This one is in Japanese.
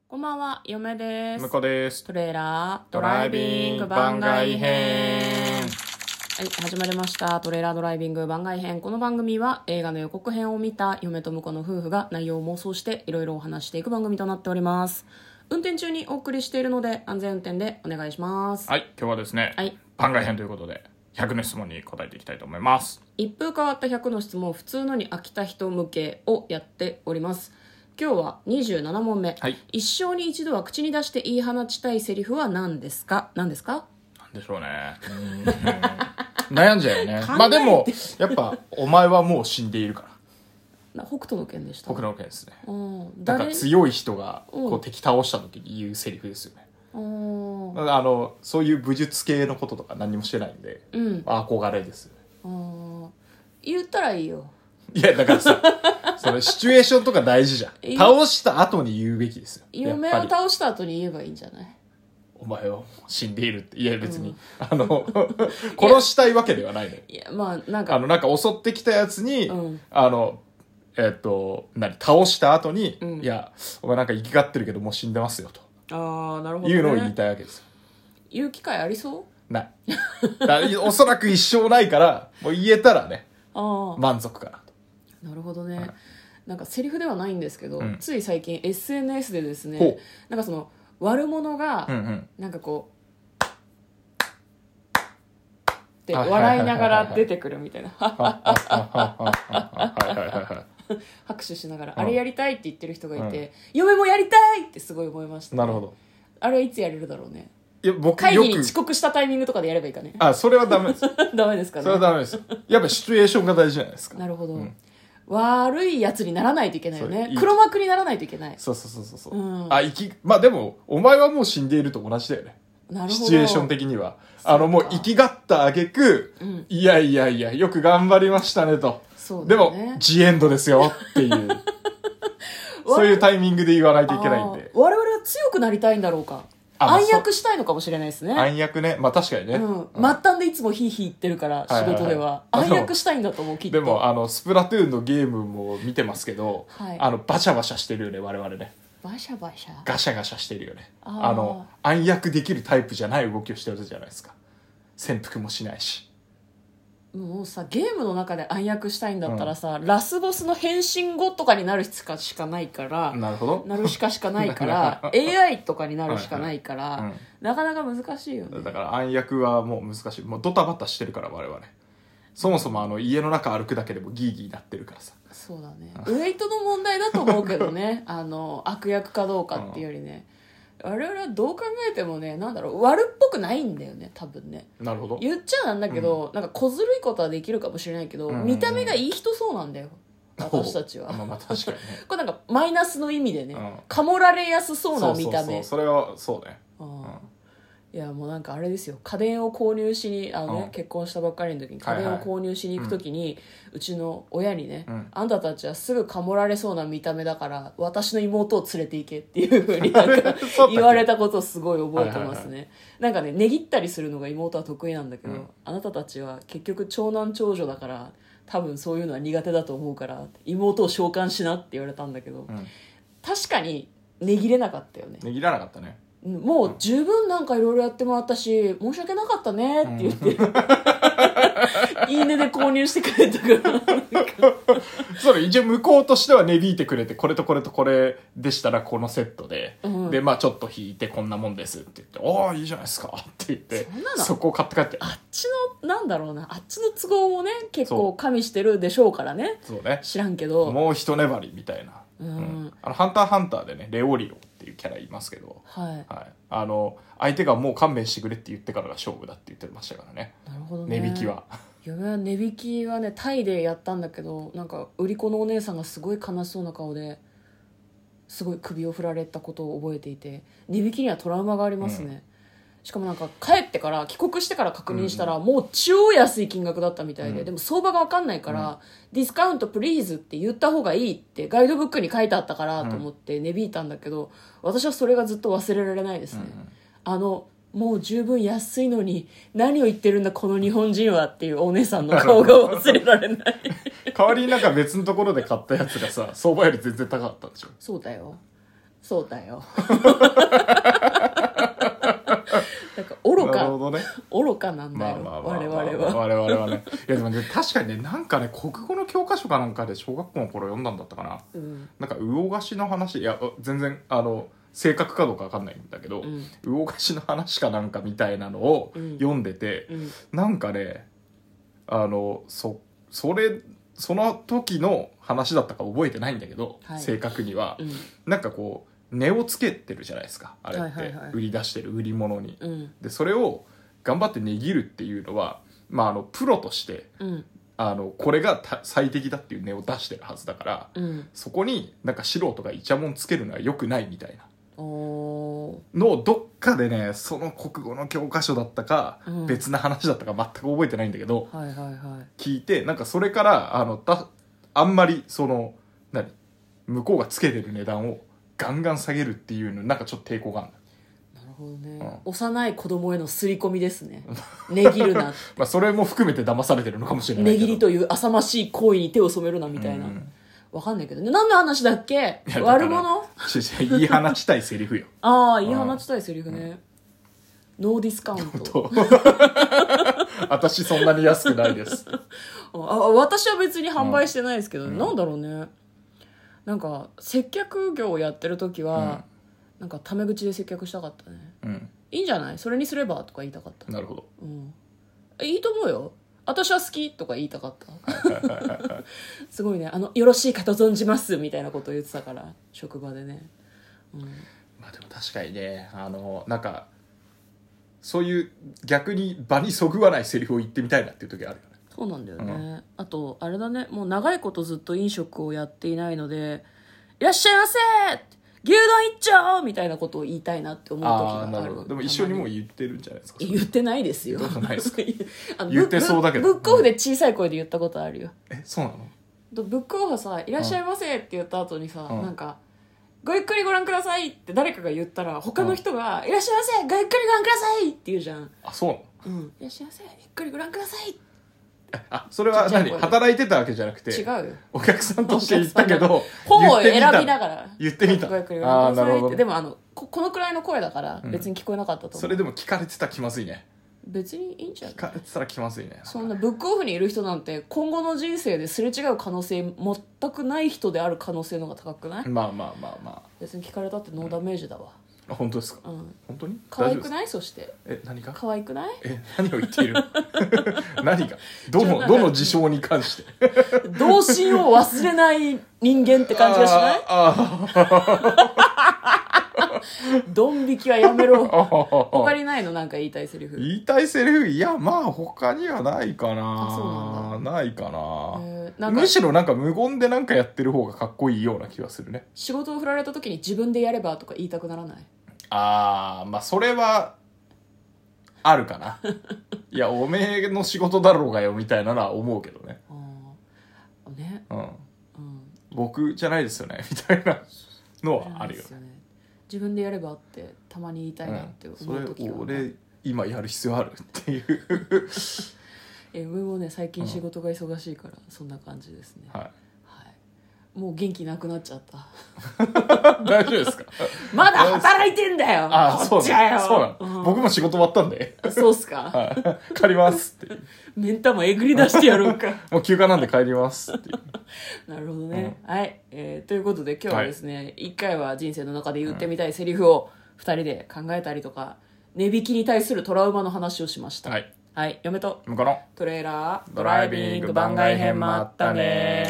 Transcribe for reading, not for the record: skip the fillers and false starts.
こんばんは、嫁です。 向こうです。 トレーラードドライビング番外編。 はい、始まりました。トレーラードライビング番外編。この番組は映画の予告編を見た嫁と婿の夫婦が内容を妄想していろいろお話していく番組となっております。運転中にお送りしているので安全運転でお願いします。 はい、今日はですね、 はい、 番外編ということで100の質問に答えていきたいと思います。 一風変わった100の質問、普通のに飽きた人向けをやっております。今日は27問目、 はい、 一生に一度は口に出して言い放ちたいセリフは何ですか？何ですか？ なんでしょうね。悩んじゃうよね。まあでもやっぱお前はもう死んでいるから。 北斗の拳でした。 僕の件ですね。なん誰か強い人がこう敵倒した時に言うセリフですよね。そういう武術系のこととか何もしてないんで、憧れですよね。 言ったらいいよ。 いやだからさそのシチュエーションとか大事じゃん。倒した後に言うべきですよ。 嫁を倒した後に言えばいいんじゃない？ お前は死んでいるって。いや別に、殺したいわけではないのよ。 いやまあなんか襲ってきたやつに、倒した後に、いやお前なんか生きがってるけどもう死んでますよと。 なるほど、ね、 いうのを言いたいわけですよ。 言う機会ありそう？ ない。おそらく一生ないからもう言えたらね満足かなと。 なるほどね、なんかセリフではないんですけど、つい最近 SNS でですね、なんかその悪者がなんかこうって笑いながら出てくるみたいな拍手しながらあれやりたいって言ってる人がいて、嫁もやりたいってすごい思いました、ね、 なるほど。 あれはいつやれるだろうね。 いや僕会議に遅刻したタイミングとかでやればいいかね。 それはダメですダメですかね。 それはダメです。やっぱシチュエーションが大事じゃないですか。 なるほど、悪いやつにならないといけないよね。黒幕にならないといけない。 そう、まあでもお前はもう死んでいると同じだよね。 なるほど。 シチュエーション的にはもう生きがった挙句、いやよく頑張りましたねと。 そうだね、 でもジエンドですよっていうそういうタイミングで言わないといけないんで。 我々は強くなりたいんだろうか。暗躍したいのかもしれないですね。 暗躍ね。まあ確かにね。 末端でいつもヒーヒー言ってるから仕事では、暗躍したいんだと思うきっと。 でもスプラトゥーンのゲームも見てますけど、バシャバシャしてるよね我々ね。 バシャバシャガシャガシャしてるよね。暗躍できるタイプじゃない動きをしてるじゃないですか。潜伏もしないし。 もうさ、ゲームの中で暗躍したいんだったらさ、ラスボスの変身後とかになるしかないから、 なるほど。 なるしかないからAI とかになるしかないから、なかなか難しいよね。 だから暗躍はもう難しい。もうドタバタしてるから我々。そもそも家の中歩くだけでもギーギーなってるからさ。 そうだね。ウェイトの問題だと思うけどね悪役かどうかっていうよりね、我々はどう考えてもね、悪っぽくないんだよね多分ね。 なるほど。 言っちゃなんだけど、なんか小ずるいことはできるかもしれないけど、見た目がいい人そうなんだよ私たちは。 まあ確かにねこれなんかマイナスの意味でね、かもられやすそうな見た目。 それはそうね。 いやもうなんかあれですよ、家電を購入しに結婚したばっかりの時に家電を購入しに行く時に、うちの親にね、あんたたちはすぐかもられそうな見た目だから私の妹を連れて行けっていう風になんか言われたことをすごい覚えてますね。なんかね、値切ったりするのが妹は得意なんだけど、あなたたちは結局長男長女だから多分そういうのは苦手だと思うから妹を召喚しなって言われたんだけど、確かに値切れなかったよね。 値切らなかったね。 もう十分なんかいろいろやってもらったし申し訳なかったねって言って、いいねで購入してくれたからそれ一応向こうとしては値引いてくれて、これとこれとこれでしたらこのセットで、でまあちょっと引いてこんなもんですって言って、おーいいじゃないですかって言って、そこを買って帰って、 あっちのあっちの都合もね結構加味してるでしょうからね。 そうね、 知らんけどもう一粘りみたいな。ハンターハンターでねレオリオっていうキャラいますけど、相手がもう勘弁してくれって言ってからが勝負だって言ってましたからね。 なるほどね。 値引きは嫁は値引きはねタイでやったんだけど、なんか売り子のお姉さんがすごい悲しそうな顔ですごい首を振られたことを覚えていて、値引きにはトラウマがありますね。しかもなんか帰国してから確認したらもう超安い金額だったみたいで、でも相場が分かんないから、ディスカウントプリーズって言った方がいいってガイドブックに書いてあったからと思って値引いたんだけど、私はそれがずっと忘れられないですね。もう十分安いのに何を言ってるんだこの日本人はっていうお姉さんの顔が忘れられない代わりになんか別のところで買ったやつがさ相場より全然高かったんでしょ。 そうだよ。 そうだよなんか愚か、 なるほどね、 愚かなんだよ、我々は。 我々はね。いやでもね、確かにね、なんかね、国語の教科書かなんかで小学校の頃読んだんだったかな。 うん、 なんか魚菓子の話、いや全然正確かどうかわかんないんだけど、魚菓子の話かなんかみたいなのを読んでて、なんかね、その時の話だったか覚えてないんだけど、 はい、 正確には、なんかこう値をつけてるじゃないですか、あれって、売り出してる売り物に、でそれを頑張って値切るっていうのは、プロとして、これが最適だっていう値を出してるはずだから、そこになんか素人がイチャモンつけるのは良くないみたいなのをどっかでね、その国語の教科書だったか、別な話だったか全く覚えてないんだけど、聞いて、なんかそれからあんまり向こうがつけてる値段をガンガン下げるっていうのなんかちょっと抵抗がある。 なるほどね、幼い子供への刷り込みですね。値切るなそれも含めて騙されてるのかもしれないけど、 値切りという浅ましい行為に手を染めるなみたいな、わかんないけどね。何の話だっけ？悪者？ 言い放ちたいセリフよ。 ああ、言い放ちたいセリフね。ノーディスカウント。 私そんなに安くないです。 私は別に販売してないですけど、なんだろうね。なんか接客業をやってる時は、なんかタメ口で接客したかったね。いいんじゃない？それにすればとか言いたかった。 なるほど。 いいと思うよ。私は好きとか言いたかったすごいね、よろしいかと存じますみたいなことを言ってたから、職場でね。 でも確かにね、なんかそういう逆に場にそぐわないセリフを言ってみたいなっていう時あるよね。 そうなんだよね、あとあれだね、もう長いことずっと飲食をやっていないので、いらっしゃいませ牛丼一丁みたいなことを言いたいなって思う時がある。 なるほど。でも一緒にもう言ってるんじゃないですか。 言ってないですよ。 ないですか言ってそうだけど。 ブックオフで小さい声で言ったことあるよ。 そうなの？ ブックオフさ、いらっしゃいませって言った後にさ、なんかごゆっくりご覧くださいって誰かが言ったら、他の人が、いらっしゃいませごゆっくりご覧くださいって言うじゃん。 そうなの？いらっしゃいませゆっくりご覧ください。 それは何？働いてたわけじゃなくて、 違うよ、 お客さんとして言ったけど、 本を選びながら言ってみた。 ごゆっくりご覧くださいって。でもこのくらいの声だから別に聞こえなかったと思う。 それでも聞かれてたら気まずいね。 別にいいんじゃない？ 聞かれてたら気まずいね。 そんなブックオフにいる人なんて今後の人生ですれ違う可能性全くない人である可能性の方が高くない？別に聞かれたってノーダメージだわ。 本当ですか？本当に可愛くない？そして何が可愛くない？ 何を言っている何がどの事象に関して童心を忘れない人間って感じがしない？ドン引きはやめろ。他にないの？なんか言いたいセリフ。 いや他にはないかな。そうなんだ。ないかな。むしろなんか無言でなんかやってる方がかっこいいような気がするね。 仕事を振られた時に自分でやればとか言いたくならない？ それはあるかな。いやおめえの仕事だろうがよみたいなのは思うけどね。僕じゃないですよねみたいなのはあるよね。 自分でやればってたまに言いたいなって思う時が、 それ俺今やる必要あるっていう俺もね最近仕事が忙しいからそんな感じですね。もう元気なくなっちゃった大丈夫ですか？ まだ働いてんだよこっちはよ。 そうなの、僕も仕事終わったんで。 そうっすか？ 帰りますって目ん玉えぐり出してやろうかもう休暇なんで帰りますってなるほどね、はい、ということで今日はですね、1回は人生の中で言ってみたいセリフを2人で考えたりとか、値引きに対するトラウマの話をしました。はい、嫁と向こうのトレーラードライビング番外編もあったね。